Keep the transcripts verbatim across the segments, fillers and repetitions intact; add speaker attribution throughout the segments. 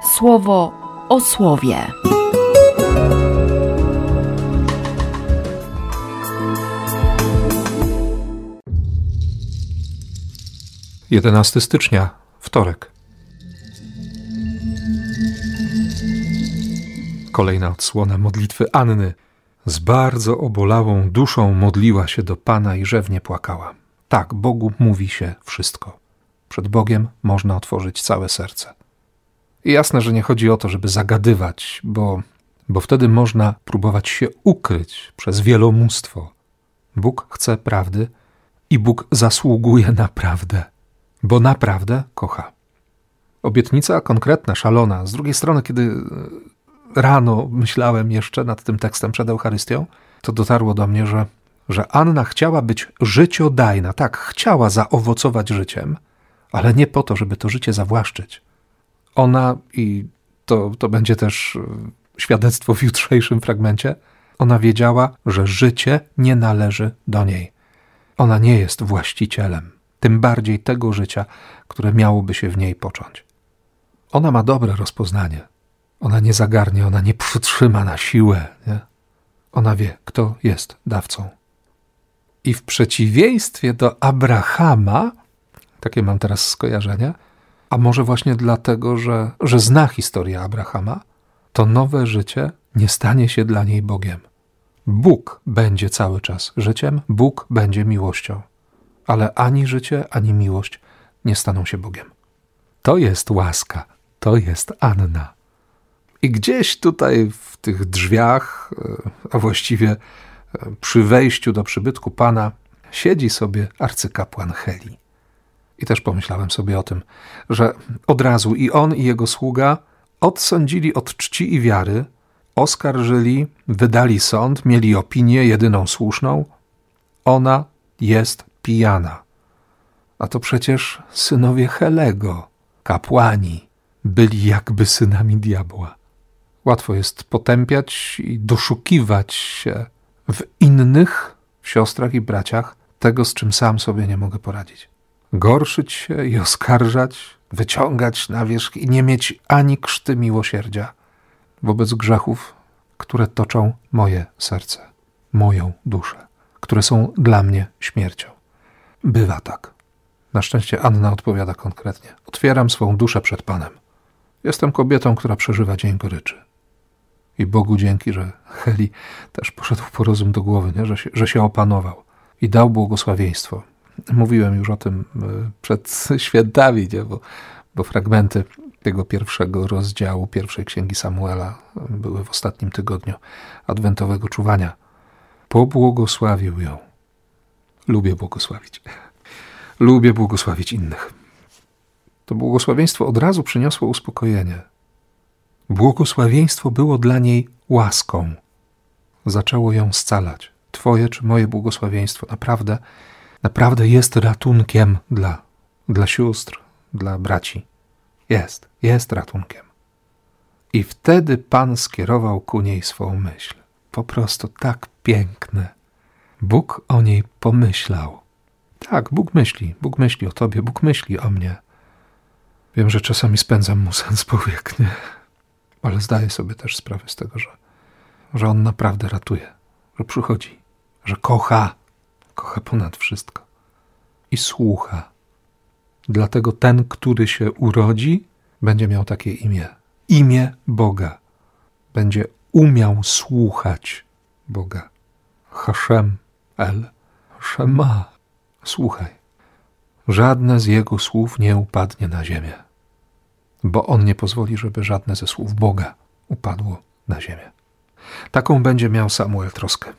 Speaker 1: Słowo o słowie.
Speaker 2: jedenastego stycznia, wtorek. Kolejna odsłona modlitwy Anny. Z bardzo obolałą duszą modliła się do Pana i rzewnie płakała. Tak, Bogu mówi się wszystko. Przed Bogiem można otworzyć całe serce. I jasne, że nie chodzi o to, żeby zagadywać, bo, bo wtedy można próbować się ukryć przez wielomóstwo. Bóg chce prawdy i Bóg zasługuje na prawdę, bo naprawdę kocha. Obietnica konkretna, szalona. Z drugiej strony, kiedy rano myślałem jeszcze nad tym tekstem przed Eucharystią, to dotarło do mnie, że, że Anna chciała być życiodajna. Tak, chciała zaowocować życiem, ale nie po to, żeby to życie zawłaszczyć. Ona, i to, to będzie też świadectwo w jutrzejszym fragmencie, ona wiedziała, że życie nie należy do niej. Ona nie jest właścicielem, tym bardziej tego życia, które miałoby się w niej począć. Ona ma dobre rozpoznanie. Ona nie zagarnie, ona nie przytrzyma na siłę. Nie? Ona wie, kto jest dawcą. I w przeciwieństwie do Abrahama, takie mam teraz skojarzenie, a może właśnie dlatego, że, że zna historię Abrahama, to nowe życie nie stanie się dla niej Bogiem. Bóg będzie cały czas życiem, Bóg będzie miłością, ale ani życie, ani miłość nie staną się Bogiem. To jest łaska, to jest Anna. I gdzieś tutaj w tych drzwiach, a właściwie przy wejściu do przybytku Pana, siedzi sobie arcykapłan Heli. I też pomyślałem sobie o tym, że od razu i on, i jego sługa odsądzili od czci i wiary, oskarżyli, wydali sąd, mieli opinię jedyną słuszną. Ona jest pijana. A to przecież synowie Helego, kapłani, byli jakby synami diabła. Łatwo jest potępiać i doszukiwać się w innych, w siostrach i braciach, tego, z czym sam sobie nie mogę poradzić. Gorszyć się i oskarżać, wyciągać na wierzch i nie mieć ani krzty miłosierdzia wobec grzechów, które toczą moje serce, moją duszę, które są dla mnie śmiercią. Bywa tak. Na szczęście Anna odpowiada konkretnie. Otwieram swą duszę przed Panem. Jestem kobietą, która przeżywa dzień goryczy. I Bogu dzięki, że Heli też poszedł po rozum do głowy, nie? Że, się, że się opanował i dał błogosławieństwo. Mówiłem już o tym przed świętami, nie? Bo, bo fragmenty tego pierwszego rozdziału pierwszej księgi Samuela były w ostatnim tygodniu adwentowego czuwania. Pobłogosławił ją. Lubię błogosławić. Lubię błogosławić innych. To błogosławieństwo od razu przyniosło uspokojenie. Błogosławieństwo było dla niej łaską. Zaczęło ją scalać. Twoje czy moje błogosławieństwo naprawdę, naprawdę jest ratunkiem dla, dla sióstr, dla braci. Jest, jest ratunkiem. I wtedy Pan skierował ku niej swą myśl. Po prostu tak piękne. Bóg o niej pomyślał. Tak, Bóg myśli. Bóg myśli o tobie, Bóg myśli o mnie. Wiem, że czasami spędzam mu sens powiek, nie? Ale zdaję sobie też sprawę z tego, że, że On naprawdę ratuje, że przychodzi, że kocha, kocha ponad wszystko i słucha. Dlatego ten, który się urodzi, będzie miał takie imię. Imię Boga. Będzie umiał słuchać Boga. Hashem El Shema. Słuchaj. Żadne z Jego słów nie upadnie na ziemię, bo On nie pozwoli, żeby żadne ze słów Boga upadło na ziemię. Taką będzie miał Samuel troskę.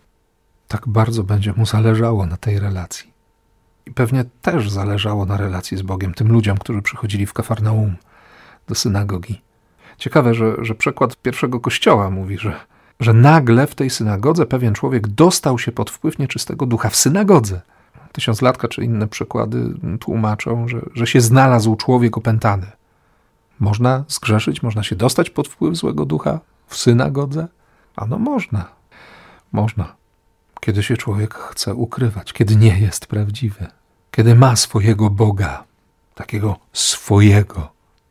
Speaker 2: Tak bardzo będzie mu zależało na tej relacji. I pewnie też zależało na relacji z Bogiem tym ludziom, którzy przychodzili w Kafarnaum do synagogi. Ciekawe, że, że przekład pierwszego kościoła mówi, że, że nagle w tej synagodze pewien człowiek dostał się pod wpływ nieczystego ducha w synagodze. Tysiąclatka czy inne przykłady tłumaczą, że, że się znalazł człowiek opętany. Można zgrzeszyć, można się dostać pod wpływ złego ducha w synagodze? Ano można, można. Kiedy się człowiek chce ukrywać, kiedy nie jest prawdziwy, kiedy ma swojego Boga, takiego swojego,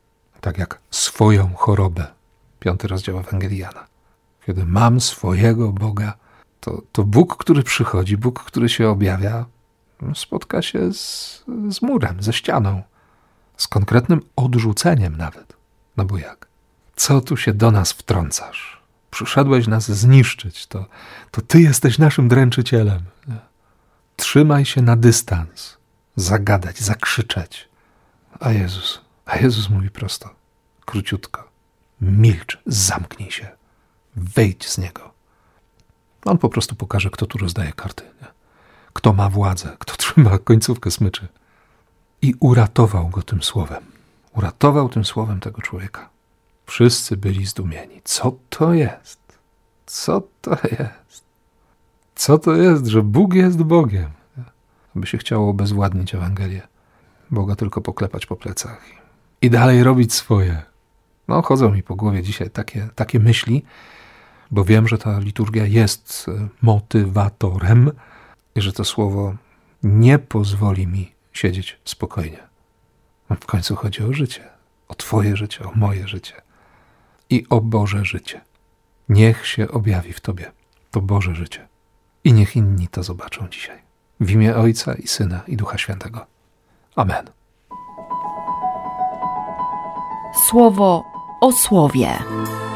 Speaker 2: tak jak swoją chorobę. Piąty rozdział Ewangelii Jana. Kiedy mam swojego Boga, to, to Bóg, który przychodzi, Bóg, który się objawia, spotka się z, z murem, ze ścianą, z konkretnym odrzuceniem nawet. No bo jak? Co tu się do nas wtrącasz? Przyszedłeś nas zniszczyć, to, to ty jesteś naszym dręczycielem. Trzymaj się na dystans, zagadać, zakrzyczeć. A Jezus, a Jezus mówi prosto, króciutko. Milcz, zamknij się, wyjdź z Niego. On po prostu pokaże, kto tu rozdaje karty, nie? Kto ma władzę, kto trzyma końcówkę smyczy. I uratował go tym słowem. Uratował tym słowem tego człowieka. Wszyscy byli zdumieni. Co to jest? Co to jest? Co to jest, że Bóg jest Bogiem? By się chciało obezwładnić Ewangelię. Boga tylko poklepać po plecach. I dalej robić swoje. No, chodzą mi po głowie dzisiaj takie, takie myśli, bo wiem, że ta liturgia jest motywatorem i że to słowo nie pozwoli mi siedzieć spokojnie. W końcu chodzi o życie. O Twoje życie, o moje życie. I o Boże życie. Niech się objawi w Tobie to Boże życie. I niech inni to zobaczą dzisiaj. W imię Ojca i Syna i Ducha Świętego. Amen.
Speaker 1: Słowo o słowie.